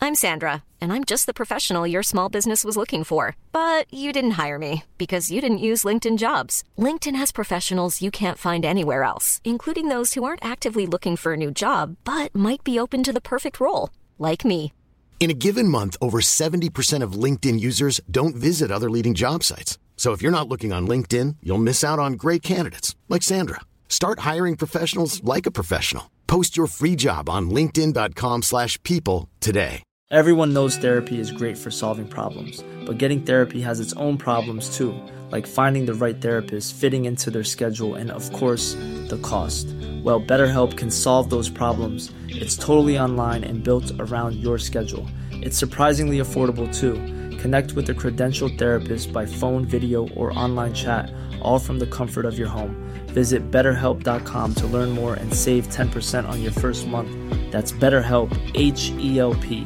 I'm Sandra, and I'm just the professional your small business was looking for. But you didn't hire me because you didn't use LinkedIn Jobs. LinkedIn has professionals you can't find anywhere else, including those who aren't actively looking for a new job, but might be open to the perfect role, like me. In a given month, over 70% of LinkedIn users don't visit other leading job sites. So if you're not looking on LinkedIn, you'll miss out on great candidates like Sandra. Start hiring professionals like a professional. Post your free job on linkedin.com/people today. Everyone knows therapy is great for solving problems, but getting therapy has its own problems too, like finding the right therapist, fitting into their schedule, and of course, the cost. Well, BetterHelp can solve those problems. It's totally online and built around your schedule. It's surprisingly affordable too. Connect with a credentialed therapist by phone, video, or online chat, all from the comfort of your home. Visit BetterHelp.com to learn more and save 10% on your first month. That's BetterHelp, H-E-L-P.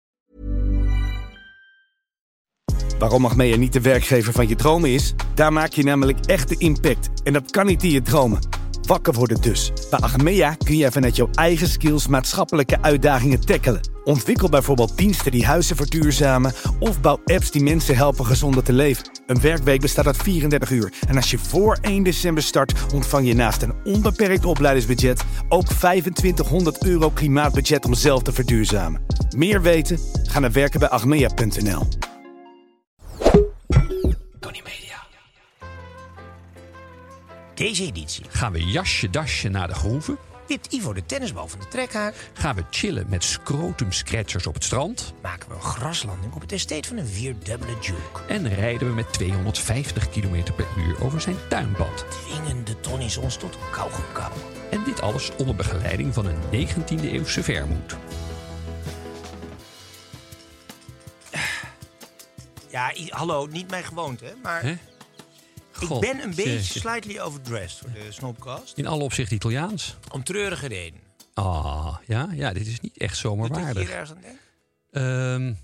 Waarom Achmea niet de werkgever van je dromen is? Daar maak je namelijk echte impact. En dat kan niet in je dromen. Wakker worden dus. Bij Achmea kun je vanuit jouw eigen skills maatschappelijke uitdagingen tackelen. Ontwikkel bijvoorbeeld diensten die huizen verduurzamen of bouw apps die mensen helpen gezonder te leven. Een werkweek bestaat uit 34 uur. En als je voor 1 december start, ontvang je naast een onbeperkt opleidingsbudget ook €2500 klimaatbudget om zelf te verduurzamen. Meer weten? Ga naar werkenbijachmea.nl. Deze editie Gaan we jasje-dasje naar de groeven? wipt Ivo de tennisbal van de trekhaak. Gaan we chillen met scrotum-scratchers op het strand? Maken we een graslanding op het estate van een 4-dubbele Duke. En rijden we met 250 km per uur over zijn tuinpad? Dwingen de Tonnies ons tot kauwgekauw. En dit alles onder begeleiding van een 19e-eeuwse vermoed. Ja, hallo, niet mijn gewoonte, hè, maar... Hè? Ik ben een beetje slightly overdressed voor de Snopcast. In alle opzichten Italiaans. Om treurige reden. Ah, ja, dit is niet echt zomaar Moet je waardig. hier ergens aan denken?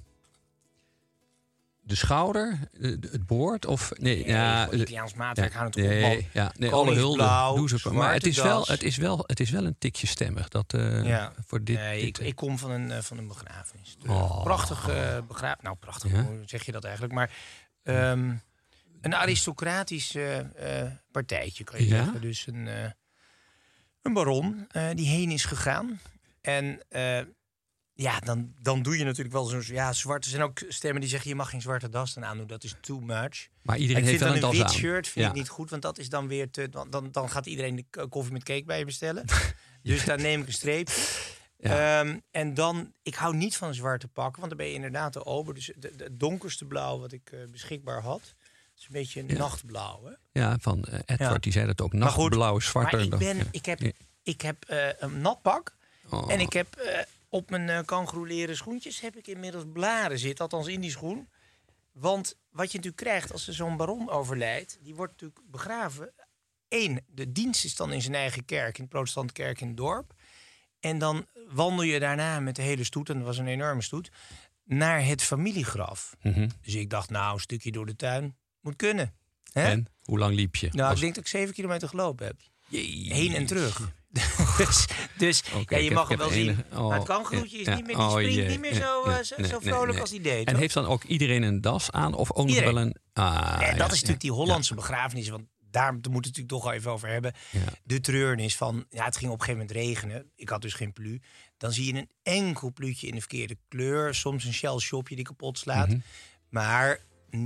De schouder, het boord of... Nee, voor Italiaans maatwerk gaan het toch op. Alle hulde. Doe ze, maar het is wel een tikje stemmig. Dat, voor dit, ik kom van een begrafenis. Prachtig begrafenis. Nou, prachtig, hoe zeg je dat eigenlijk? Maar een aristocratisch partijtje, kan je zeggen. Dus een baron die heen is gegaan. En... dan doe je natuurlijk wel zo'n... Ja, zwarte. Er zijn ook stemmen die zeggen... je mag geen zwarte das dan aandoen, dat is too much. Maar iedereen heeft wel een das aan. Een wit shirt vind ik niet goed, want dat is dan weer te... Dan gaat iedereen de koffie met cake bij je bestellen. Dus daar neem ik een streep. Ja. En dan... Ik hou niet van een zwarte pak, want dan ben je inderdaad de ober. Dus het donkerste blauw wat ik beschikbaar had... is een beetje een nachtblauw, hè? Ja, van Edward, die zei dat ook. Nachtblauw is zwarter. Maar ik heb een nat pak en ik heb... op mijn kangoeroeleren schoentjes heb ik inmiddels blaren zitten, althans in die schoen. Want wat je natuurlijk krijgt als er zo'n baron overlijdt, die wordt natuurlijk begraven. De dienst is dan in zijn eigen kerk, in de protestantse kerk in het dorp. En dan wandel je daarna met de hele stoet, en dat was een enorme stoet, naar het familiegraf. Mm-hmm. Dus ik dacht, nou, een stukje door de tuin moet kunnen. Hè? En hoe lang liep je? Nou, ik denk dat ik 7 kilometer gelopen heb. Heen en terug. Dus okay, je mag hem wel zien. Maar het kangoeroetje is niet meer, die springt niet meer zo vrolijk als die deed. En heeft dan ook iedereen een das aan? Of ook nog wel een... dat is natuurlijk die Hollandse begrafenis. Want daar moeten we het natuurlijk toch al even over hebben. Ja. De treurnis van... Ja, het ging op een gegeven moment regenen. Ik had dus geen plu. Dan zie je een enkel pluutje in de verkeerde kleur. Soms een Shell shopje die kapot slaat. Mm-hmm. Maar 95%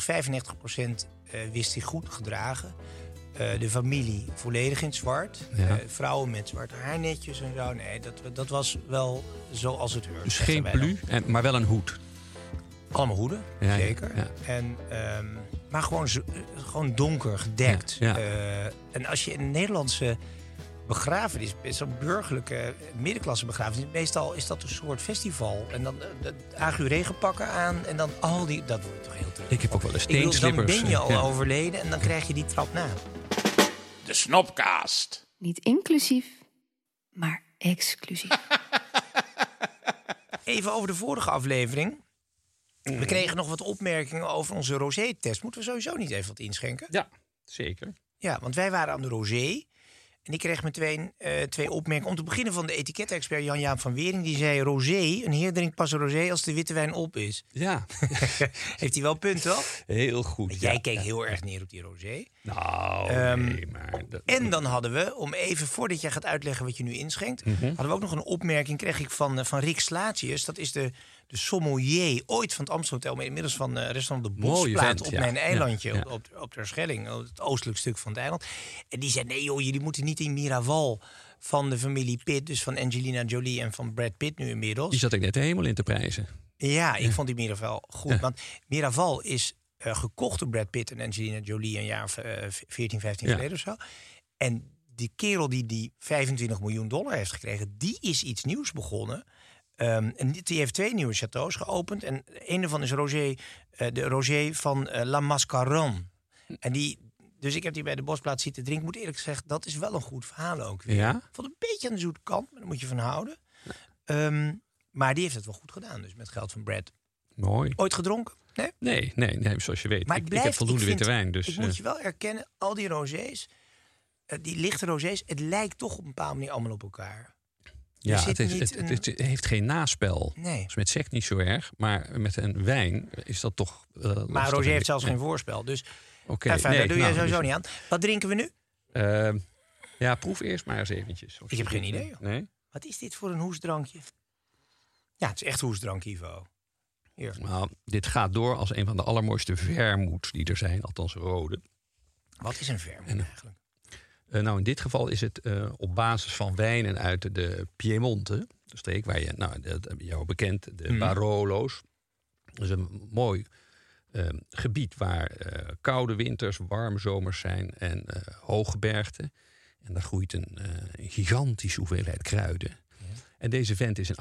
wist hij goed gedragen. De familie volledig in het zwart. Ja. Vrouwen met zwart haarnetjes en zo. Nee, dat was wel zoals het hoort. Dus geen plu, maar wel een hoed. Allemaal hoeden, zeker. Ja. En, maar gewoon donker, gedekt. Ja. En als je in een Nederlandse begrafenis, zo'n burgerlijke middenklasse begrafenis, meestal is dat een soort festival. En dan agu regenpakken aan en dan al die... Dat wordt toch heel terug. Ik heb ook wel eens steenslippers. Dan ben je al overleden en dan krijg je die trap na. De Snopcast. Niet inclusief, maar exclusief. Even over de vorige aflevering. We kregen nog wat opmerkingen over onze rosé-test. Moeten we sowieso niet even wat inschenken? Ja, zeker. Ja, want wij waren aan de rosé. En ik kreeg meteen 2 opmerkingen. Om te beginnen van de etiket-expert Jan-Jaap van Wering. Die zei, rosé, een heer drinkt pas rosé als de witte wijn op is. Ja. Heeft hij wel punt, toch? Heel goed. Jij keek heel erg neer op die rosé. Nou, nee, maar... En dan hadden we, om even voordat jij gaat uitleggen wat je nu inschenkt... hadden we ook nog een opmerking, kreeg ik van Rick Slatius. Dat is de sommelier ooit van het Amstelhotel... maar inmiddels van restaurant De Bosplaat op mijn eilandje... Op Terschelling, het oostelijk stuk van het eiland. En die zei, nee joh, jullie moeten niet in Miraval... van de familie Pitt, dus van Angelina Jolie en van Brad Pitt nu inmiddels. Die zat ik net de hemel in te prijzen. Ja, ik vond die Miraval goed. Want Miraval is gekocht door Brad Pitt en Angelina Jolie... een jaar of 14, 15 geleden of zo. En die kerel die $25 miljoen heeft gekregen... die is iets nieuws begonnen... en die heeft 2 nieuwe chateaus geopend. En een daarvan is de rosé van La Mascaron. En dus ik heb die bij de Bosplaat zitten drinken. Moet eerlijk zeggen, dat is wel een goed verhaal ook weer. Ja? Vond een beetje aan de zoete kant, maar daar moet je van houden. Maar die heeft het wel goed gedaan, dus met geld van Brad. Mooi. Ooit gedronken? Nee? Nee, zoals je weet. Maar ik heb voldoende witte wijn. Dus, ik moet je wel erkennen, al die rosés, die lichte rosés... het lijkt toch op een bepaalde manier allemaal op elkaar. Ja, het heeft geen naspel. Nee. Dat is met sect niet zo erg, maar met een wijn is dat toch maar rosé heeft zelfs geen voorspel, dus... Oké, daar doe je sowieso niet aan. Wat drinken we nu? Ja, proef eerst maar eens eventjes. Ik heb geen idee. Nee? Wat is dit voor een hoesdrankje? Ja, het is echt hoesdrank, Ivo. Hier. Nou, dit gaat door als een van de allermooiste vermoeds die er zijn, althans rode. Wat is een vermoed eigenlijk? Nou, in dit geval is het op basis van wijnen uit de Piemonte, de streek waar je, jou bekend, de Barolo's. Dat is een mooi gebied waar koude winters, warme zomers zijn en hooggebergte. En daar groeit een gigantische hoeveelheid kruiden. Ja. En deze vent is in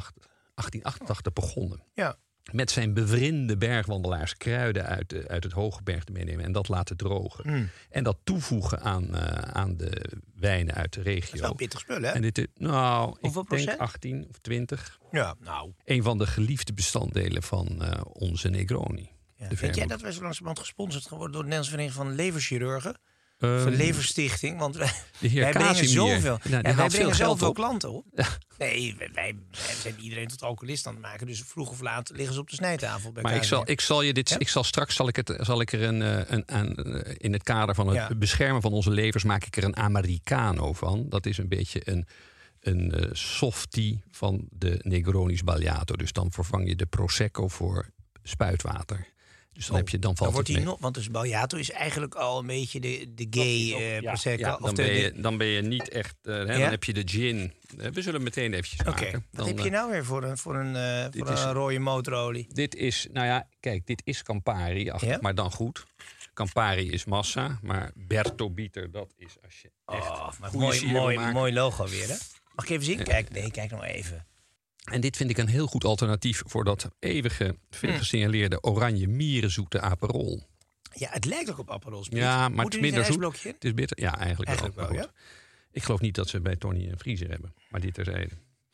1888 begonnen. Ja. Met zijn bevriende bergwandelaars kruiden uit het hooggebergte meenemen en dat laten drogen. En dat toevoegen aan de wijnen uit de regio. Dat is wel pittig spul, hè? En dit, ik denk 18 of 20. Ja, nou. Een van de geliefde bestanddelen van onze Negroni. Ja. Weet jij dat wij zo langzamerhand gesponsord geworden door de Nederlandse Vereniging van Leverchirurgen? Of een leverstichting, want wij brengen zoveel. Wij brengen zoveel klanten op. Ja. Nee, wij zijn iedereen tot alcoholist aan het maken. Dus vroeg of laat liggen ze op de snijtafel. Bij maar ik zal straks in het kader van het beschermen van onze levers maak ik er een Americano van. Dat is een beetje een softie van de Negroni Sbagliato. Dus dan vervang je de Prosecco voor spuitwater. Dus dan heb je dan valt wordt het mee. Want de Sbagliato is eigenlijk al een beetje de gay Prosecco. Ja, dan ben je niet echt... Dan heb je de gin. We zullen meteen eventjes maken. Wat heb je nou weer voor een rode motorolie? Dit is, dit is Campari, maar dan goed. Campari is massa, maar Berto Bitter, dat is als je echt mooi logo weer, hè? Mag ik even zien? Kijk nog even. En dit vind ik een heel goed alternatief voor dat eeuwige, veel gesignaleerde oranje mierenzoete Aperol. Ja, het lijkt ook op Aperol. Ja, maar het is minder zoet. Het is bitter. Ja, eigenlijk wel. Ja? Ik geloof niet dat ze bij Tony een vriezer hebben, maar dit terzijde.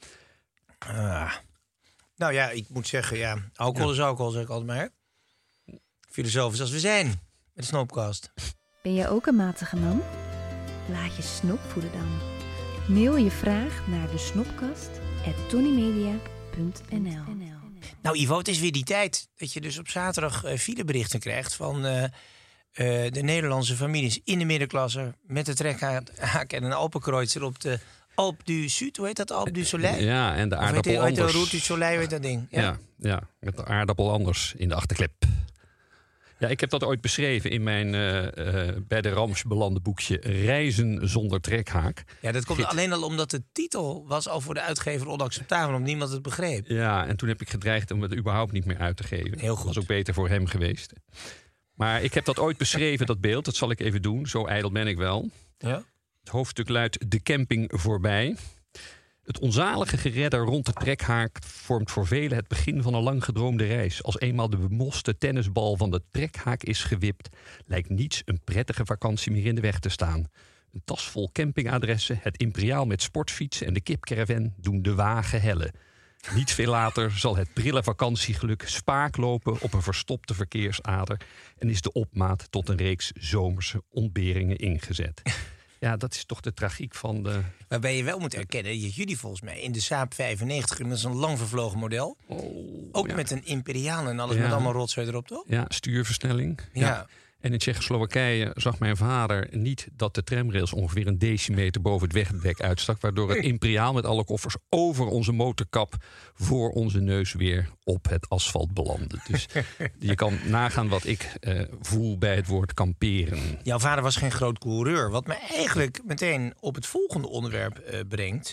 Nou ja, ik moet zeggen, alcohol is alcohol, zeg ik altijd maar. Filosofisch als we zijn, met de Snopcast. Ben jij ook een matige man? Laat je snop voeden dan. Mail je vraag naar de snopcast@tonymedia.nl. Nou Ivo, het is weer die tijd dat je dus op zaterdag fileberichten krijgt van de Nederlandse families in de middenklasse met de trekhaak en een Alpenkreuzer op de Alpe du Sud. Hoe heet dat? Alpe du Soleil? Ja, en de aardappel anders. De Route du Soleil, hoe heet dat ding? Ja, met de aardappel anders in de achterklep. Ja, ik heb dat ooit beschreven in mijn bij de Rams belande boekje Reizen zonder trekhaak. Ja, dat komt alleen al omdat de titel was al voor de uitgever onacceptabel, omdat niemand het begreep. Ja, en toen heb ik gedreigd om het überhaupt niet meer uit te geven. Heel goed. Dat was ook beter voor hem geweest. Maar ik heb dat ooit beschreven, dat beeld. Dat zal ik even doen. Zo ijdel ben ik wel. Ja? Het hoofdstuk luidt De camping voorbij. Het onzalige geredder rond de trekhaak vormt voor velen het begin van een lang gedroomde reis. Als eenmaal de bemoste tennisbal van de trekhaak is gewipt, lijkt niets een prettige vakantie meer in de weg te staan. Een tas vol campingadressen, het imperiaal met sportfiets en de kipcaravan doen de wagen hellen. Niet veel later zal het prille vakantiegeluk spaak lopen op een verstopte verkeersader en is de opmaat tot een reeks zomerse ontberingen ingezet. Ja, dat is toch de tragiek van de... Waarbij je wel moet erkennen dat jullie volgens mij in de Saab 95... dat is een lang vervlogen model. Ook met een imperiale en alles met allemaal rotzooi erop, toch? Ja, stuurversnelling. Ja. En in Tsjechoslowakije zag mijn vader niet dat de tramrails ongeveer een decimeter boven het wegdek uitstak. Waardoor het imperiaal met alle koffers over onze motorkap voor onze neus weer op het asfalt belandde. Dus je kan nagaan wat ik voel bij het woord kamperen. Jouw vader was geen groot coureur. Wat me eigenlijk meteen op het volgende onderwerp brengt.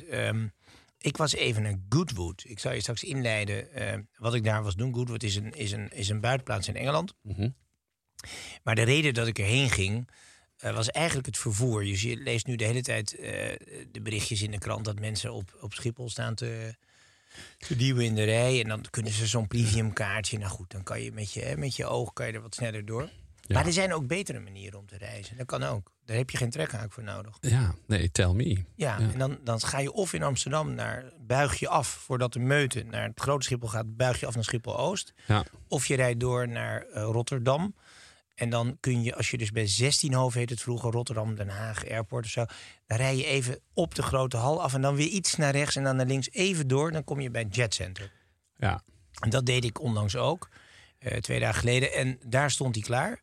Ik was even naar Goodwood. Ik zal je straks inleiden wat ik daar was doen. Goodwood is een buitenplaats in Engeland. Mm-hmm. Maar de reden dat ik erheen ging, was eigenlijk het vervoer. Dus je leest nu de hele tijd de berichtjes in de krant dat mensen op Schiphol staan te duwen in de rij. En dan kunnen ze zo'n premium kaartje. Nou goed, dan kan je met je oog kan je er wat sneller door. Ja. Maar er zijn ook betere manieren om te reizen. Dat kan ook. Daar heb je geen trekhaak voor nodig. Ja, nee, tell me. Ja. En dan ga je of in Amsterdam buig je af voordat de meute naar het grote Schiphol gaat, buig je af naar Schiphol-Oost. Ja. Of je rijdt door naar Rotterdam. En dan kun je, als je dus bij 16hoven heet het vroeger, Rotterdam, Den Haag, Airport of zo, dan rij je even op de grote hal af en dan weer iets naar rechts en dan naar links even door. Dan kom je bij het Jet Center. Ja. En dat deed ik onlangs ook, 2 dagen geleden. En daar stond hij klaar.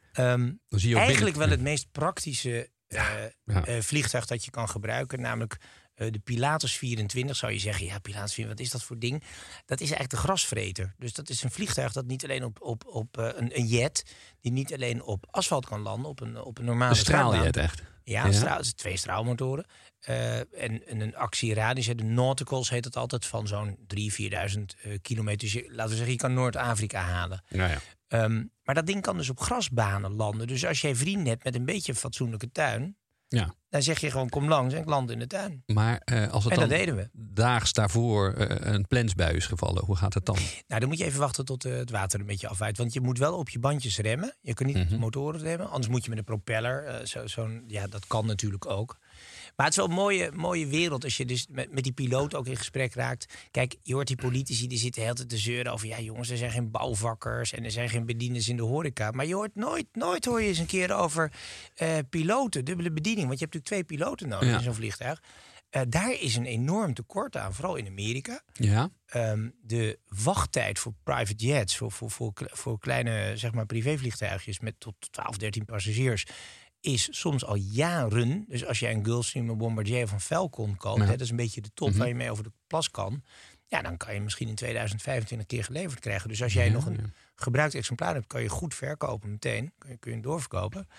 Eigenlijk wel het meest praktische vliegtuig dat je kan gebruiken, namelijk de Pilatus 24. Zou je zeggen, ja, Pilatus 24, wat is dat voor ding? Dat is eigenlijk de grasvreter. Dus dat is een vliegtuig dat niet alleen op een jet, die niet alleen op asfalt kan landen, op een normale straaljet echt. Ja, 2 straalmotoren. En een actieradius, de nauticals heet het altijd, van zo'n 3.000-4.000 kilometer. Dus laten we zeggen, je kan Noord-Afrika halen. Ja. Maar dat ding kan dus op grasbanen landen. Dus als jij vrienden hebt met een beetje een fatsoenlijke tuin, dan zeg je gewoon, kom langs en ik land in de tuin. Maar als het en dan dat deden we. Daags daarvoor een plensbui is gevallen, hoe gaat het dan? Nou, dan moet je even wachten tot het water een beetje afwaait. Want je moet wel op je bandjes remmen. Je kunt niet op de motoren remmen. Anders moet je met een propeller. Dat kan natuurlijk ook. Maar het is wel een mooie wereld als je dus met die piloot ook in gesprek raakt. Kijk, je hoort die politici, die zitten de hele tijd te zeuren over, ja jongens, er zijn geen bouwvakkers en er zijn geen bedieners in de horeca. Maar je hoort nooit hoor je eens een keer over piloten, dubbele bediening. Want je hebt natuurlijk 2 piloten nodig in zo'n vliegtuig. Daar is een enorm tekort aan, vooral in Amerika. Ja. De wachttijd voor private jets, voor kleine zeg maar privévliegtuigjes met tot 12, 13 passagiers, is soms al jaren. Dus als jij een Gulfstream, een Bombardier of een Falcon koopt, dat is een beetje de top waar je mee over de plas kan. Ja, dan kan je misschien in 2025 keer geleverd krijgen. Dus als jij nog een gebruikt exemplaar hebt, kan je goed verkopen meteen. Kun je hem doorverkopen.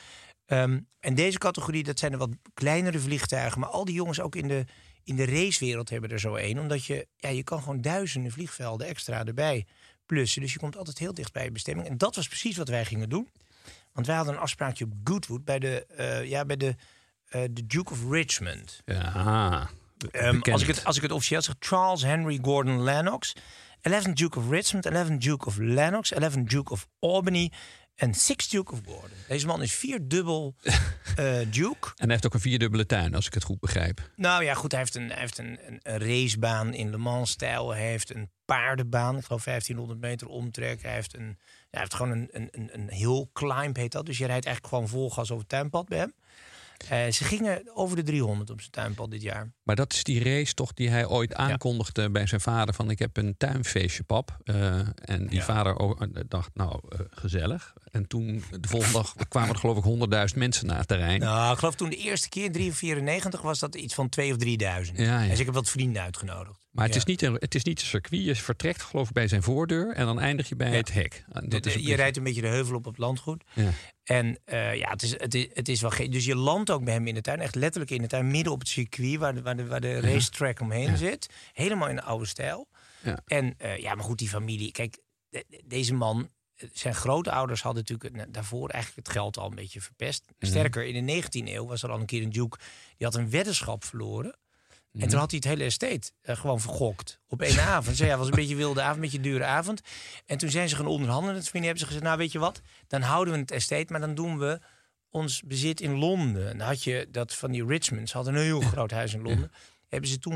En deze categorie, dat zijn de wat kleinere vliegtuigen. Maar al die jongens ook in de racewereld hebben er zo één. Omdat je kan gewoon duizenden vliegvelden extra erbij plussen. Dus je komt altijd heel dicht bij je bestemming. En dat was precies wat wij gingen doen. Want wij hadden een afspraakje op Goodwood bij de Duke of Richmond. Ja, als ik het officieel zeg, Charles Henry Gordon Lennox, 11th Duke of Richmond, 11th Duke of Lennox, 11th Duke of Albany en 6th Duke of Gordon. Deze man is 4-dubbel Duke. En hij heeft ook een 4-dubbele tuin, als ik het goed begrijp. Nou ja, goed, hij heeft een racebaan in Le Mans-stijl. Hij heeft een paardenbaan, ik geloof 1500 meter omtrek. Hij heeft gewoon een heel climb, heet dat. Dus je rijdt eigenlijk gewoon vol gas over het tuinpad bij hem. Ze gingen over de 300 op zijn tuinpad dit jaar. Maar dat is die race toch die hij ooit aankondigde bij zijn vader, van ik heb een tuinfeestje, pap. En die vader dacht, gezellig. En toen, de volgende dag, kwamen er geloof ik 100.000 mensen naar het terrein. Nou, ik geloof toen de eerste keer, 394, was dat iets van 2.000 of 3.000. Ja. Dus ik heb wat vrienden uitgenodigd. Maar het is niet een circuit. Je vertrekt geloof ik bij zijn voordeur en dan eindig je bij het hek. Je rijdt een beetje de heuvel op het landgoed. Ja. En het is wel geen. Dus je landt ook bij hem in de tuin, echt letterlijk in de tuin, midden op het circuit waar de racetrack omheen zit. Helemaal in de oude stijl. Ja. En maar goed, die familie. Kijk, deze man, zijn grootouders hadden natuurlijk daarvoor eigenlijk het geld al een beetje verpest. Sterker, in de 19e eeuw was er al een keer een duke, die had een weddenschap verloren. En toen had hij het hele estate gewoon vergokt op 1 avond. Het was een beetje een wilde avond, een beetje een dure avond. En toen zijn ze gaan onderhandelen. En toen hebben ze gezegd, nou weet je wat, dan houden we het estate, maar dan doen we ons bezit in Londen. En dan had je dat van die Richmonds, hadden een heel groot huis in Londen. Hebben ze toen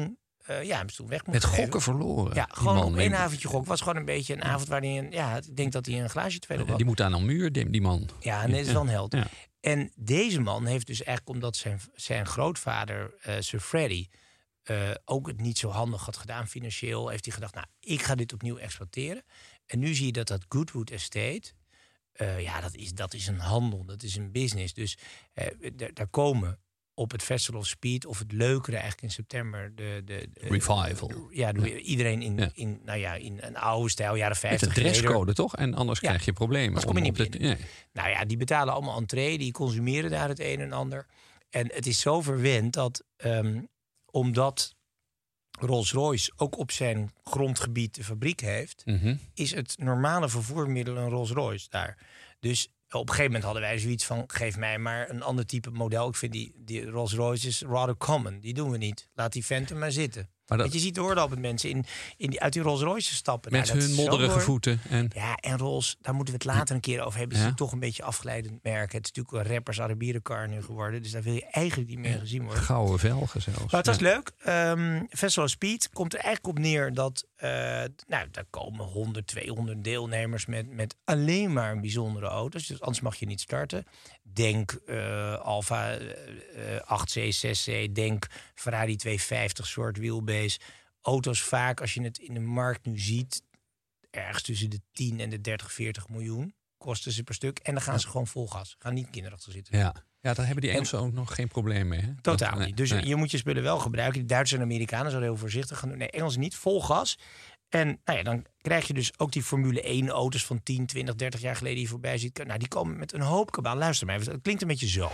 hem toen weg moet Met geven. gokken verloren. Ja, die gewoon man. op 1 avondje gok. Was gewoon een beetje een avond waarin... ik denk dat hij een glaasje te veel op had. Die moet aan een muur, die man. Ja, nee, dat is wel een held. Ja. En deze man heeft dus eigenlijk, omdat zijn grootvader, Sir Freddy, ook het niet zo handig had gedaan financieel, heeft hij gedacht, nou, ik ga dit opnieuw exploiteren. En nu zie je dat Goodwood Estate, dat is een handel, dat is een business. Dus daar komen op het Festival of Speed, of het leukere eigenlijk in september, de Revival. Iedereen in een oude stijl, jaren 50. Met een dresscode, toch? En anders krijg je problemen. Anders kom je niet binnen. Nee. Nou ja, die betalen allemaal entree, die consumeren daar het een en ander. En het is zo verwend dat, omdat Rolls-Royce ook op zijn grondgebied de fabriek heeft, is het normale vervoermiddel een Rolls-Royce daar. Dus op een gegeven moment hadden wij zoiets van, geef mij maar een ander type model. Ik vind die Rolls-Royce is rather common. Die doen we niet. Laat die Phantom maar zitten. Maar Want je ziet hoorde op het mensen uit die Rolls-Royce stappen. Met nou, hun modderige voeten. Ja, en Rolls, daar moeten we het later een keer over hebben. Het is toch een beetje afgeleidend merk. Het is natuurlijk een rappers Arabierencar nu geworden. Dus daar wil je eigenlijk niet meer gezien worden. Gouden velgen zelfs. Maar het was leuk. Festival of Speed komt er eigenlijk op neer dat daar komen 100, 200 deelnemers met alleen maar bijzondere auto's. Dus anders mag je niet starten. Denk Alfa 8C, 6C. Denk Ferrari 250 soort wheelbase. Auto's vaak, als je het in de markt nu ziet, ergens tussen de 10 en de 30, 40 miljoen kosten ze per stuk. En dan gaan ze gewoon vol gas. Gaan niet kinderachtig zitten. Ja, daar hebben die Engelsen ook nog geen probleem mee. Hè? Totaal niet. Dus je moet je spullen wel gebruiken. De Duitsers en Amerikanen zouden heel voorzichtig gaan doen. Nee, Engelsen niet. Vol gas. En dan krijg je dus ook die Formule 1 auto's van 10, 20, 30 jaar geleden die je voorbij ziet. Nou, die komen met een hoop kabaal. Luister maar even. Het klinkt een beetje zo.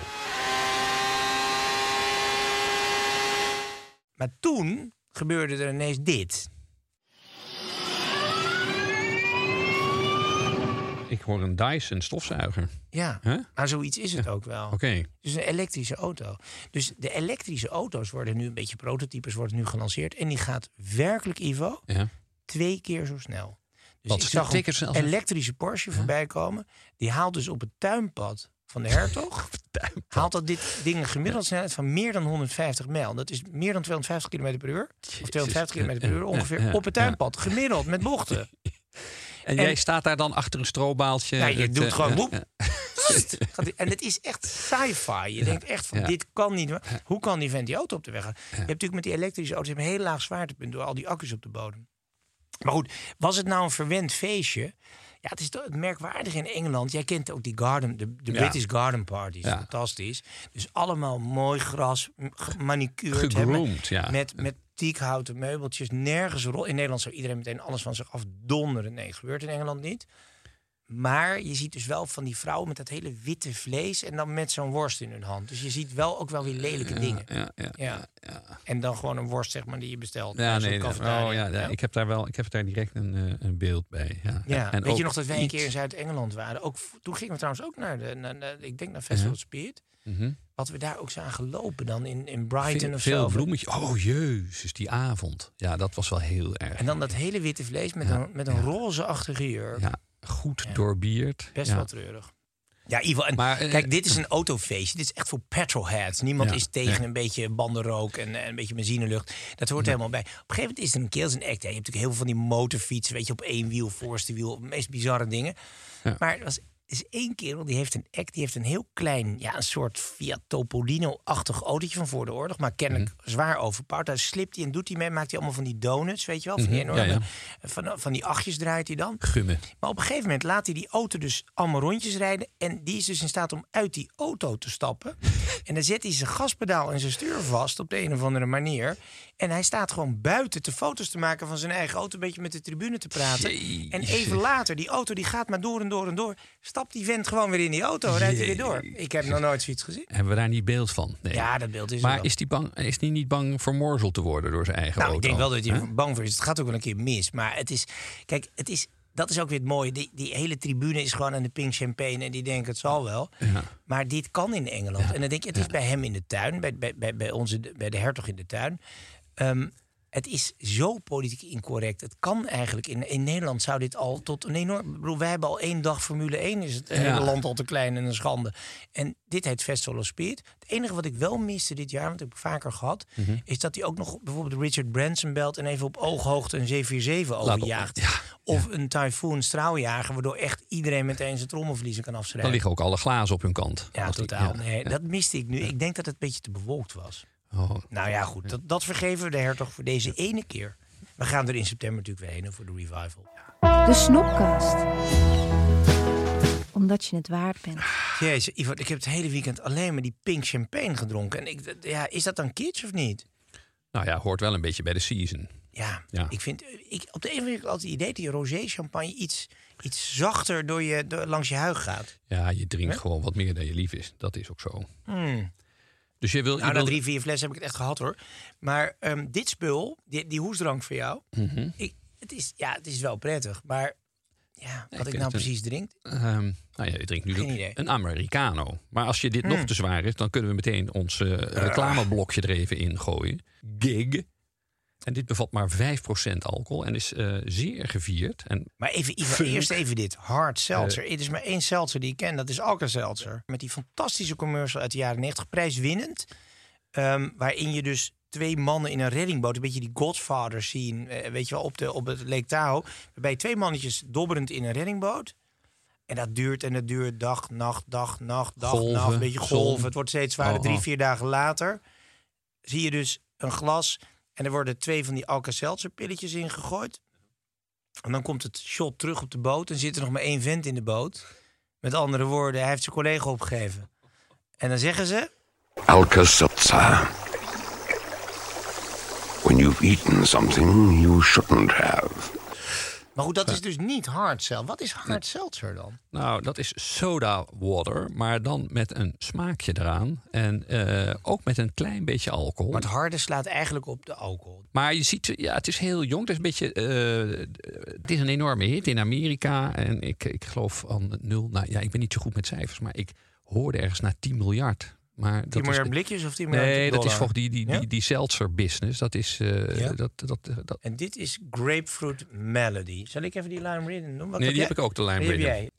Maar toen gebeurde er ineens dit. Ik hoor een Dyson stofzuiger. Ja, maar zoiets is het ook wel. Oké. Dus een elektrische auto. Dus de elektrische auto's worden nu een beetje prototypes, worden nu gelanceerd. En die gaat werkelijk, Ivo, 2 keer zo snel. Dus Wat, ik zag een elektrische Porsche voorbij komen. Die haalt dus op het tuinpad van de Hertog, haalt dat dit ding een gemiddelde snelheid van meer dan 150 mijl. Dat is meer dan 250 km per uur. Of 250 km per uur ongeveer op het tuinpad. Gemiddeld, met bochten. En jij staat daar dan achter een strobaaltje. Nou, je doet gewoon woep. En het is echt sci-fi. Je denkt echt van, dit kan niet. Hoe kan die vent die auto op de weg gaan? Je hebt natuurlijk met die elektrische auto's een heel laag zwaartepunt door al die accu's op de bodem. Maar goed, was het nou een verwend feestje? Ja, het is toch het merkwaardige in Engeland. Jij kent ook die de British Garden Parties. Ja. Fantastisch. Dus allemaal mooi gras, gemanicuurd. Gegroomd, met teakhouten meubeltjes. Nergens rol. In Nederland zou iedereen meteen alles van zich afdonderen. Nee, gebeurt in Engeland niet. Maar je ziet dus wel van die vrouwen met dat hele witte vlees en dan met zo'n worst in hun hand. Dus je ziet wel ook wel weer lelijke dingen. Ja. En dan gewoon een worst, zeg maar, die je bestelt. Ik heb daar direct een beeld bij. Ja. En weet je nog dat wij een keer in Zuid-Engeland waren? Toen gingen we trouwens ook naar ik denk naar Festival of Speed. Wat we daar ook zagen lopen dan in Brighton of zo. Veel bloemetjes. Oh jezus, die avond. Ja, dat was wel heel erg. En dan dat hele witte vlees met een roze-achtige jurk. Ja. Goed doorbierd. Best wel treurig. Ja, Ivo, en kijk, dit is een autofeestje. Dit is echt voor petrolheads. Niemand is tegen een beetje bandenrook en een beetje benzinelucht. Dat hoort helemaal bij. Op een gegeven moment is er een keer als een act. Je hebt natuurlijk heel veel van die motorfietsen, weet je, op 1 wiel, voorste wiel, de meest bizarre dingen. Ja. Maar er is 1 kerel, die heeft een act, die heeft een heel klein, een soort Fiat Topolino-achtig autootje van voor de oorlog, maar kennelijk zwaar overpowered. Daar slipt hij en doet hij mee, maakt hij allemaal van die donuts, weet je wel, van die enorme, van die achtjes draait hij dan. Gummen. Maar op een gegeven moment laat hij die auto dus allemaal rondjes rijden en die is dus in staat om uit die auto te stappen. En dan zet hij zijn gaspedaal en zijn stuur vast op de een of andere manier. En hij staat gewoon buiten te foto's te maken van zijn eigen auto, een beetje met de tribune te praten. En even later, die auto die gaat maar door en door en door. Stapt die vent gewoon weer in die auto en rijdt hij weer door. Ik heb nog nooit zoiets gezien. Hebben we daar niet beeld van? Nee. Ja, dat beeld is maar wel. Is die niet bang vermorzeld te worden door zijn eigen auto? Ik denk wel dat hij bang voor is. Het gaat ook wel een keer mis. Maar het is, kijk, dat is ook weer het mooie. Die hele tribune is gewoon aan de pink champagne en die denken het zal wel. Ja. Maar dit kan in Engeland. Ja. En dan denk je, het is bij hem in de tuin, bij de hertog in de tuin. Het is zo politiek incorrect. Het kan eigenlijk. In Nederland zou dit al tot een enorm... Ik bedoel, wij hebben al 1 dag Formule 1. Is het hele land al te klein en een schande. En dit heet Festival of Speed. Het enige wat ik wel miste dit jaar, want dat heb ik vaker gehad... is dat hij ook nog bijvoorbeeld Richard Branson belt... en even op ooghoogte een 747 overjaagt. Of een Typhoon straaljager... waardoor echt iedereen meteen zijn trommelvliezen kan afschrijven. Dan liggen ook alle glazen op hun kant. Ja, totaal. Nee, dat miste ik nu. Ik denk dat het een beetje te bewolkt was. Oh. Nou ja, goed. Dat vergeven we de hertog voor deze ene keer. We gaan er in september natuurlijk weer heen voor de revival. De Snopcast. Omdat je het waard bent. Jezus, Ivo, ik heb het hele weekend alleen maar die pink champagne gedronken. En is dat dan kitsch of niet? Nou ja, hoort wel een beetje bij de season. Ja. Ik vind... op de een of andere manier altijd het idee dat die rosé champagne iets zachter langs je huig gaat. Ja, je drinkt gewoon wat meer dan je lief is. Dat is ook zo. Dus je wil... Na 3-4 flessen heb ik het echt gehad, hoor. Maar dit spul, die hoesdrank voor jou... Het is wel prettig, maar wat ik nou precies drink... nou ja, je drinkt nu een Americano. Maar als je dit nog te zwaar is... dan kunnen we meteen ons reclameblokje er even in gooien. Gig. En dit bevat maar 5% alcohol en is zeer gevierd. Maar eerst even dit. Hard seltzer. Het is maar 1 seltzer die ik ken. Dat is Alka-Seltzer. Met die fantastische commercial uit de jaren 90. Prijswinnend. Waarin je dus 2 mannen in een reddingboot... een beetje die Godfather scene, weet je wel, op het Lake Tahoe. Waarbij 2 mannetjes dobberend in een reddingboot. En dat duurt en dat duurt dag, nacht, golven, nacht. Een beetje golven. Het wordt steeds zwaarder. 3-4 dagen later zie je dus een glas... En er worden 2 van die Alka-Seltzer pilletjes in gegooid. En dan komt het shot terug op de boot. En zit er nog maar 1 vent in de boot. Met andere woorden, hij heeft zijn collega opgegeven. En dan zeggen ze... Alka-Seltzer. When you've eaten something you shouldn't have. Maar goed, dat is dus niet hard seltzer. Wat is hard seltzer dan? Nou, dat is soda water, maar dan met een smaakje eraan. En ook met een klein beetje alcohol. Maar het harde slaat eigenlijk op de alcohol. Maar je ziet, het is heel jong. Het is een beetje, het is een enorme hit in Amerika. En ik geloof aan 0. Nou ja, ik ben niet zo goed met cijfers, maar ik hoorde ergens naar 10 miljard. Maar 10 miljard blikjes of 10 miljard Nee, dollar? dat is voor die seltzer business. Dat is... dat. En dit is Grapefruit Melody. Zal ik even die Lime Ridden doen? Die heb ik ook, de Lime Ridden.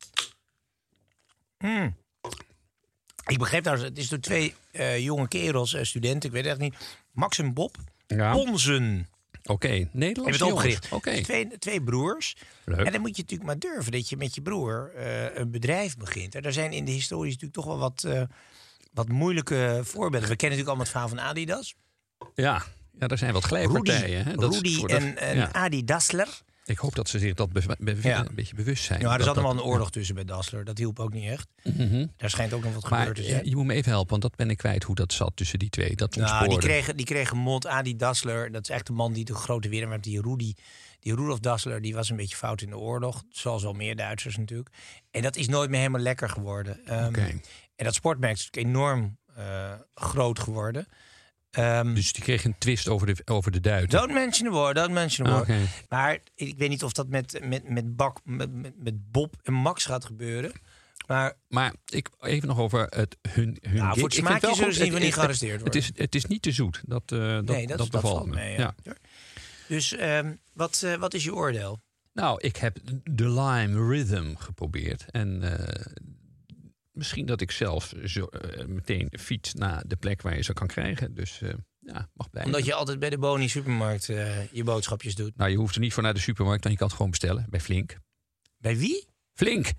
Ik begreep trouwens, het is door 2 jonge kerels, studenten, ik weet het echt niet. Max en Bob Ponsen. Oké, Nederlands heeft het opgericht. Okay. 2 broers. Leuk. En dan moet je natuurlijk maar durven dat je met je broer een bedrijf begint. Er zijn in de historie natuurlijk toch wel wat moeilijke voorbeelden. We kennen natuurlijk allemaal het verhaal van Adidas. Ja, er zijn wat glijpartijen. Rudy en Adi Dassler. Ik hoop dat ze zich dat een beetje bewust zijn. Ja, er zat wel een oorlog tussen bij Dassler. Dat hielp ook niet echt. Daar schijnt ook nog wat gebeurd te zijn. Je moet me even helpen, want dat ben ik kwijt hoe dat zat tussen die 2. Dat die kregen mot. Adi Dassler, dat is echt de man die de grote winnaar werd. Die Rudolf Dassler, die was een beetje fout in de oorlog. Zoals wel meer Duitsers natuurlijk. En dat is nooit meer helemaal lekker geworden. En dat sportmerk is natuurlijk enorm groot geworden. Dus die kreeg een twist over de Duiten. Don't mention the war. Okay. Maar ik weet niet of dat met Bob en Max gaat gebeuren. Maar even nog over hun gig. Voor het smaakje zullen ze niet gearresteerd worden. Het is niet te zoet. Dat bevalt me. Mee, ja. Dus wat is je oordeel? Nou, ik heb de Lime Rhythm geprobeerd. En misschien dat ik zelf meteen fiets naar de plek waar je ze kan krijgen. Dus mag blijven. Omdat je altijd bij de Boni supermarkt je boodschapjes doet. Nou, je hoeft er niet voor naar de supermarkt. Dan je kan het gewoon bestellen bij Flink. Bij wie? Flink.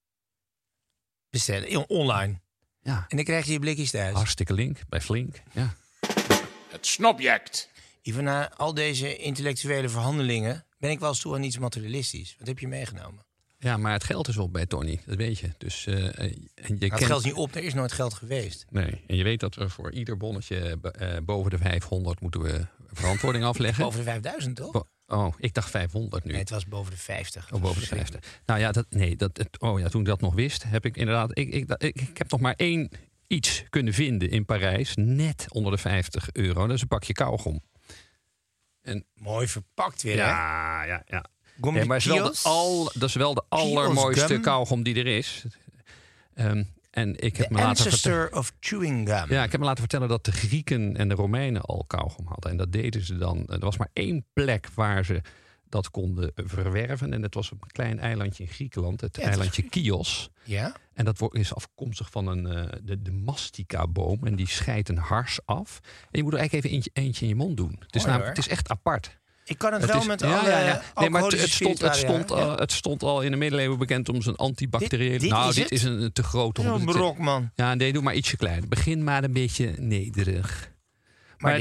Bestellen, online. Ja. En dan krijg je blikjes thuis. Hartstikke link bij Flink. Ja. Het snobject. Even na al deze intellectuele verhandelingen ben ik wel eens toe aan iets materialistisch. Wat heb je meegenomen? Ja, maar het geld is op bij Tony, dat weet je. Dus, het geld is niet op, er is nooit geld geweest. Nee, en je weet dat we voor ieder bonnetje boven de 500 moeten we verantwoording afleggen. Boven de 5000, toch? Ik dacht 500 nu. Nee, het was boven de 50. Boven de 50. Nou ja, toen ik dat nog wist, heb ik inderdaad... Ik heb nog maar 1 iets kunnen vinden in Parijs, net onder de €50. Dat is een pakje kauwgom. En, mooi verpakt weer, hè? Ja. Nee, maar dat is wel de allermooiste kauwgom die er is. En ik heb The me laten ancestor of chewing gum. Ja, ik heb me laten vertellen dat de Grieken en de Romeinen al kauwgom hadden. En dat deden ze dan. Er was maar 1 plek waar ze dat konden verwerven. En dat was op een klein eilandje in Griekenland. Het eilandje Chios. Ja? En dat is afkomstig van de mastica-boom. En die scheidt een hars af. En je moet er eigenlijk even eentje in je mond doen. Het is echt apart. Ik kan het wel met alle Nee, maar het stond al in de middeleeuwen bekend om zijn antibacteriële... Dit is een te groot. Een brok, man. Ja, nee, doe maar ietsje kleiner. Begin maar een beetje nederig. Maar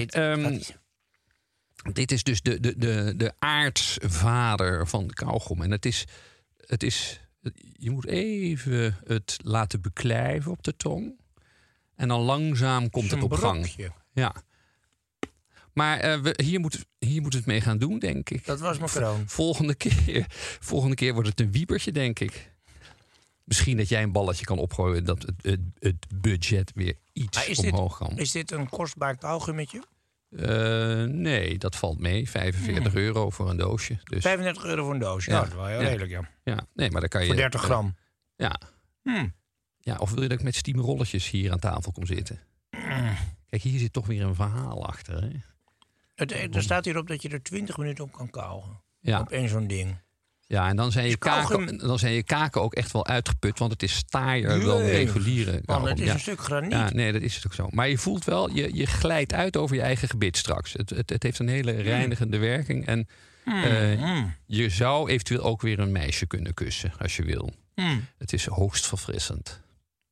dit is dus de aartsvader van de kauwgom. En het is... Je moet even het laten beklijven op de tong. En dan langzaam komt het op gang. Ja. Maar hier moet het mee gaan doen, denk ik. Dat was mijn kroon. Volgende keer wordt het een wiebertje, denk ik. Misschien dat jij een balletje kan opgooien... dat het budget weer iets omhoog kan. Is dit een kostbaar kauwgommetje? Nee, dat valt mee. €45 voor een doosje. Dus. €35 voor een doosje. Ja, dat is wel heel redelijk, ja. Nee, maar dan kan je... Voor 30 gram. Ja, of wil je dat ik met stiemerolletjes hier aan tafel kom zitten? Kijk, hier zit toch weer een verhaal achter, hè? Er staat hierop dat je er 20 minuten op kan kauwen. Ja. Op één zo'n ding. Ja, en dan zijn je kaken ook echt wel uitgeput, want het is taaier dan reguliere. Man, het is een stuk graniet. Ja, nee, dat is het ook zo. Maar je voelt wel, je glijdt uit over je eigen gebit straks. Het heeft een hele reinigende werking. En je zou eventueel ook weer een meisje kunnen kussen, als je wil. Het is hoogst verfrissend.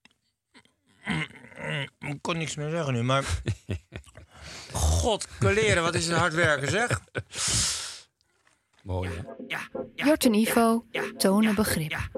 Ik kon niks meer zeggen nu, maar... God, kaleren, wat is het hard werken, zeg. Mooi, hè? Jort en Ivo tonen begrip.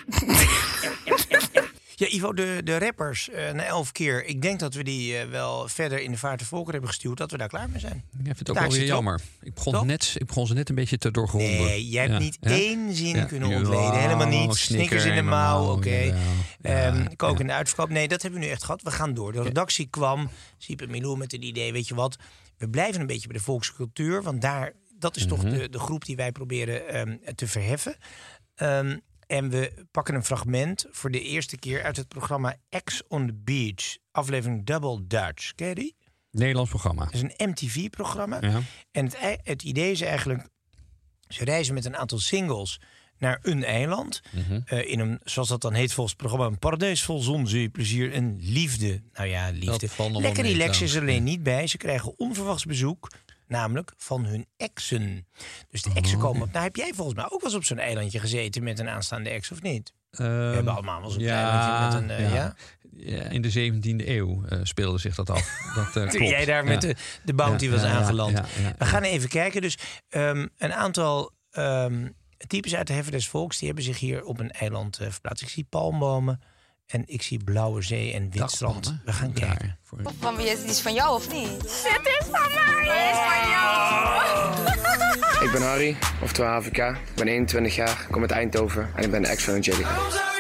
Ja, Ivo, de rappers, na 11 keer... Ik denk dat we die wel verder in de vaart de volker hebben gestuurd... dat we daar klaar mee zijn. Ik vind het ook wel weer jammer. Ik begon ze net een beetje te doorgronden. Nee, jij hebt niet één zin kunnen ontleden. Helemaal niet. Snickers in de mouw, oké. Koken in de uitverkoop. Nee, dat hebben we nu echt gehad. We gaan door. De redactie kwam. Siep en Milou met het idee, weet je wat... We blijven een beetje bij de volkscultuur. Want dat is toch de groep die wij proberen te verheffen. En we pakken een fragment voor de eerste keer uit het programma Ex on the Beach. Aflevering Double Dutch. Ken je die? Nederlands programma. Het is een MTV-programma. Ja. En het idee is eigenlijk... Ze reizen met een aantal singles naar een eiland. In een, zoals dat dan heet volgens het programma... een paradijs vol zon, zee, plezier en liefde. Nou ja, liefde. Lekker relax is er alleen niet bij. Ze krijgen onverwachts bezoek... namelijk van hun exen. Dus de exen komen op. Nou, heb jij volgens mij ook wel eens op zo'n eilandje gezeten... met een aanstaande ex, of niet? We hebben allemaal wel eens op een eilandje met een... Ja, in de 17e eeuw speelde zich dat af. Dat Toen klopt. jij daar met de bounty was aangeland. Ja. We gaan even kijken. Dus een aantal types uit de Heffer des Volks... die hebben zich hier op een eiland verplaatst. Ik zie palmbomen en ik zie blauwe zee en wit strand. We gaan kijken. Van wie is het? Is van jou of niet? Het is van mij! Het is van jou! Ik ben Harry, oftewel HVK. Ik ben 21 jaar, ik kom uit Eindhoven en ik ben de ex van Angelica.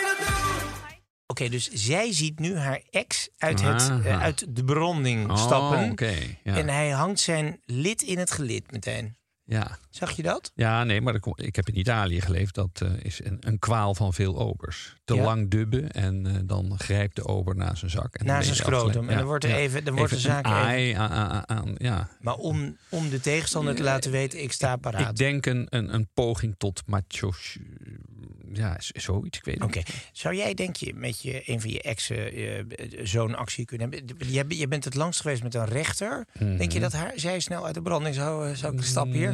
Oké, dus zij ziet nu haar ex uit de branding stappen. Okay, ja. En hij hangt zijn lid in het gelid meteen. Ja. Zag je dat? Ja, nee, maar ik heb in Italië geleefd. Dat is een kwaal van veel obers. Te lang dubben en dan grijpt de ober naar zijn zak. En naar zijn scrotum. En dan wordt er wordt de zaak aan. Maar om de tegenstander te laten weten, ik sta paraat. Ik denk een poging tot macho... Ja, zoiets, ik weet het. Oké. Zou jij, denk je, met een van je exen zo'n actie kunnen hebben? Je bent het langst geweest met een rechter. Denk je dat zij snel uit de branding zou stappen hier?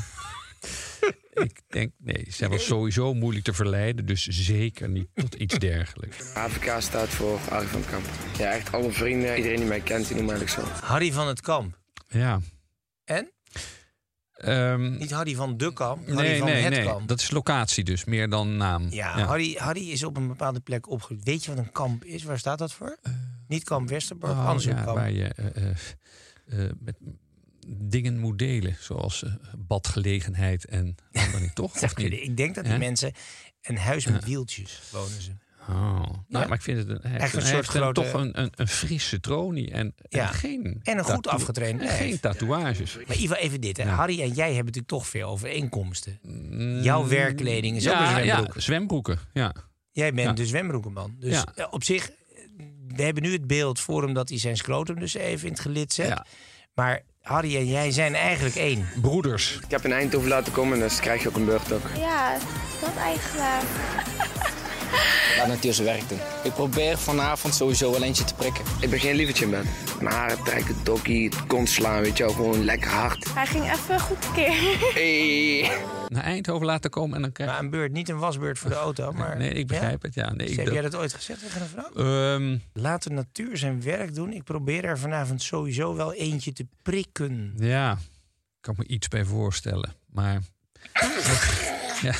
Ik denk, nee, zij was sowieso moeilijk te verleiden. Dus zeker niet tot iets dergelijks. HVK staat voor Harry van het Kamp. Ja, echt alle vrienden, iedereen die mij kent, die noemt mij eigenlijk zo. Harry van het Kamp? Ja. En? Niet Harry van de Kamp, Harry van het Kamp. Dat is locatie dus, meer dan naam. Ja. Harry is op een bepaalde plek opgegroeid. Weet je wat een kamp is? Waar staat dat voor? Niet Kamp Westerbork, anders een kamp. Waar je met dingen moet delen, zoals badgelegenheid en andere, toch? Of niet? Ik denk dat die mensen een huis met wieltjes wonen ze. Maar ik vind het toch een frisse tronie en geen en een goed afgetraind lijf. Geen tatoeages. Maar Ivo, even dit. Hè. Harry en jij hebben natuurlijk toch veel overeenkomsten. Jouw werkkleding is ook een zwembroek. Zwembroeken, ja. Jij bent de zwembroekenman. Dus op zich, we hebben nu het beeld voor hem dat hij zijn scrotum dus even in het gelid zet. Ja. Maar Harry en jij zijn eigenlijk één. Broeders. Ik heb in Eindhoven laten komen, dus krijg je ook een beurt ook. Ja, dat eigenlijk. Laat natuurlijk zijn werk doen. Ik probeer vanavond sowieso wel eentje te prikken. Ik ben geen lievertje in bed. Mijn haren trekken, dokkie, het kont slaan, weet je wel, gewoon lekker hard. Hij ging even goed tekeer. Hey. Naar Eindhoven laten komen en dan krijg je... Maar een beurt, niet een wasbeurt voor de auto. Maar, Nee, ik begrijp het. Ja, nee, heb jij dat ooit gezegd tegen een vrouw? Laat de natuur zijn werk doen. Ik probeer er vanavond sowieso wel eentje te prikken. Ja, kan me iets bij voorstellen. Maar ja,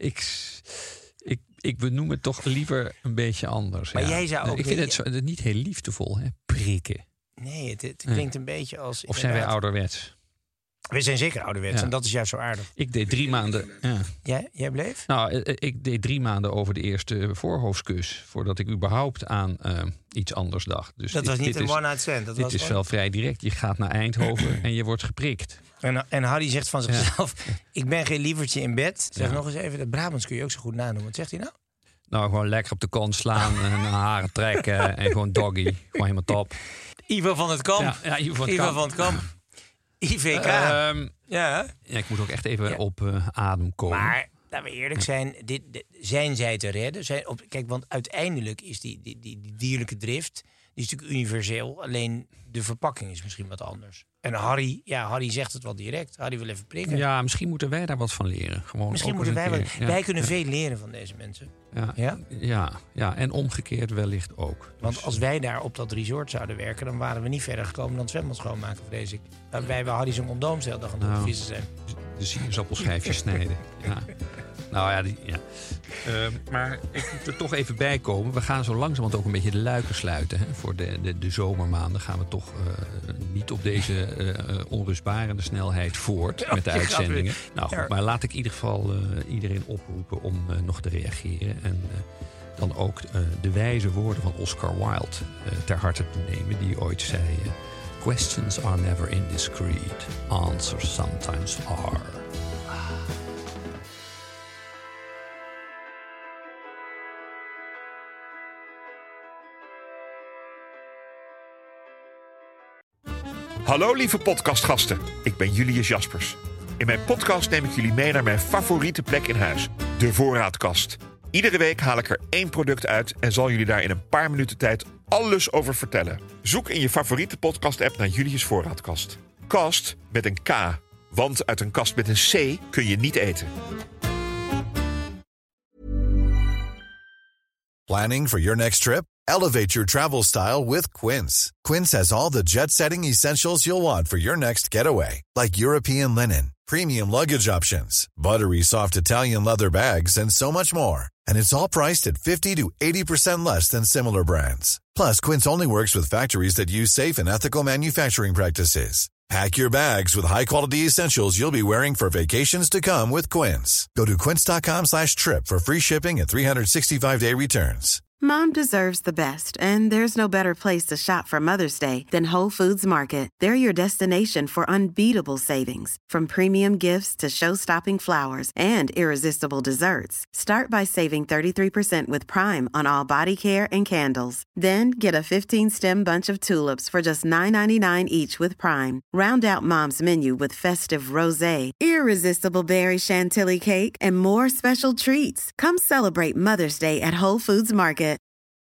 ik benoem het toch liever een beetje anders. Maar jij zou ook... Ik vind het niet heel liefdevol, hè? Prikken. Nee, het klinkt een beetje als... Of zijn wij ouderwets? We zijn zeker ouderwets en dat is juist zo aardig. Ik deed 3 maanden... Ja. Jij bleef? Nou, ik deed 3 maanden over de eerste voorhoofdkus... voordat ik überhaupt aan iets anders dacht. Dus dat was niet een one-night stand. Dit is wel vrij direct. Je gaat naar Eindhoven en je wordt geprikt. En Harry zegt van zichzelf... ik ben geen lievertje in bed. Zeg nog eens even, de Brabants kun je ook zo goed nadoen. Wat zegt hij nou? Nou, gewoon lekker op de kont slaan en haren trekken... en gewoon doggy. Gewoon helemaal top. Ivo van het Kamp. Ja, Ivo van het Kamp. IVK. Ja, ik moet ook echt even op adem komen. Maar laten we eerlijk zijn, zijn zij te redden? Kijk, want uiteindelijk is die dierlijke drift... die is natuurlijk universeel. Alleen de verpakking is misschien wat anders. En Harry zegt het wel direct. Harry wil even prikken. Ja, misschien moeten wij daar wat van leren. Gewoon misschien moeten wij kunnen veel leren van deze mensen. Ja, en omgekeerd wellicht ook. Want als wij daar op dat resort zouden werken... dan waren we niet verder gekomen dan het zwembad schoonmaken, vrees ik. Wij Harry zo'n condoom de hele dag aan het vissen zijn. De sinaasappelschijfjes snijden. Ja. Nou ja, maar ik moet er toch even bij komen. We gaan zo langzamerhand ook een beetje de luiken sluiten. Hè. Voor de zomermaanden gaan we toch niet op deze onrustbarende snelheid voort met de uitzendingen. Nou goed, maar laat ik in ieder geval iedereen oproepen om nog te reageren. En dan ook de wijze woorden van Oscar Wilde ter harte te nemen. Die ooit zei... Questions are never indiscreet. Answers sometimes are. Hallo lieve podcastgasten, ik ben Julius Jaspers. In mijn podcast neem ik jullie mee naar mijn favoriete plek in huis, de voorraadkast. Iedere week haal ik er 1 product uit en zal jullie daar in een paar minuten tijd alles over vertellen. Zoek in je favoriete podcast-app naar Julius Voorraadkast. Kast met een K, want uit een kast met een C kun je niet eten. Planning for your next trip? Elevate your travel style with Quince. Quince has all the jet-setting essentials you'll want for your next getaway, like European linen, premium luggage options, buttery soft Italian leather bags, and so much more. And it's all priced at 50 to 80% less than similar brands. Plus, Quince only works with factories that use safe and ethical manufacturing practices. Pack your bags with high-quality essentials you'll be wearing for vacations to come with Quince. Go to quince.com/trip for free shipping and 365-day returns. Mom deserves the best, and there's no better place to shop for Mother's Day than Whole Foods Market. They're your destination for unbeatable savings, from premium gifts to show-stopping flowers and irresistible desserts. Start by saving 33% with Prime on all body care and candles. Then get a 15-stem bunch of tulips for just $9.99 each with Prime. Round out Mom's menu with festive rosé, irresistible berry chantilly cake, and more special treats. Come celebrate Mother's Day at Whole Foods Market.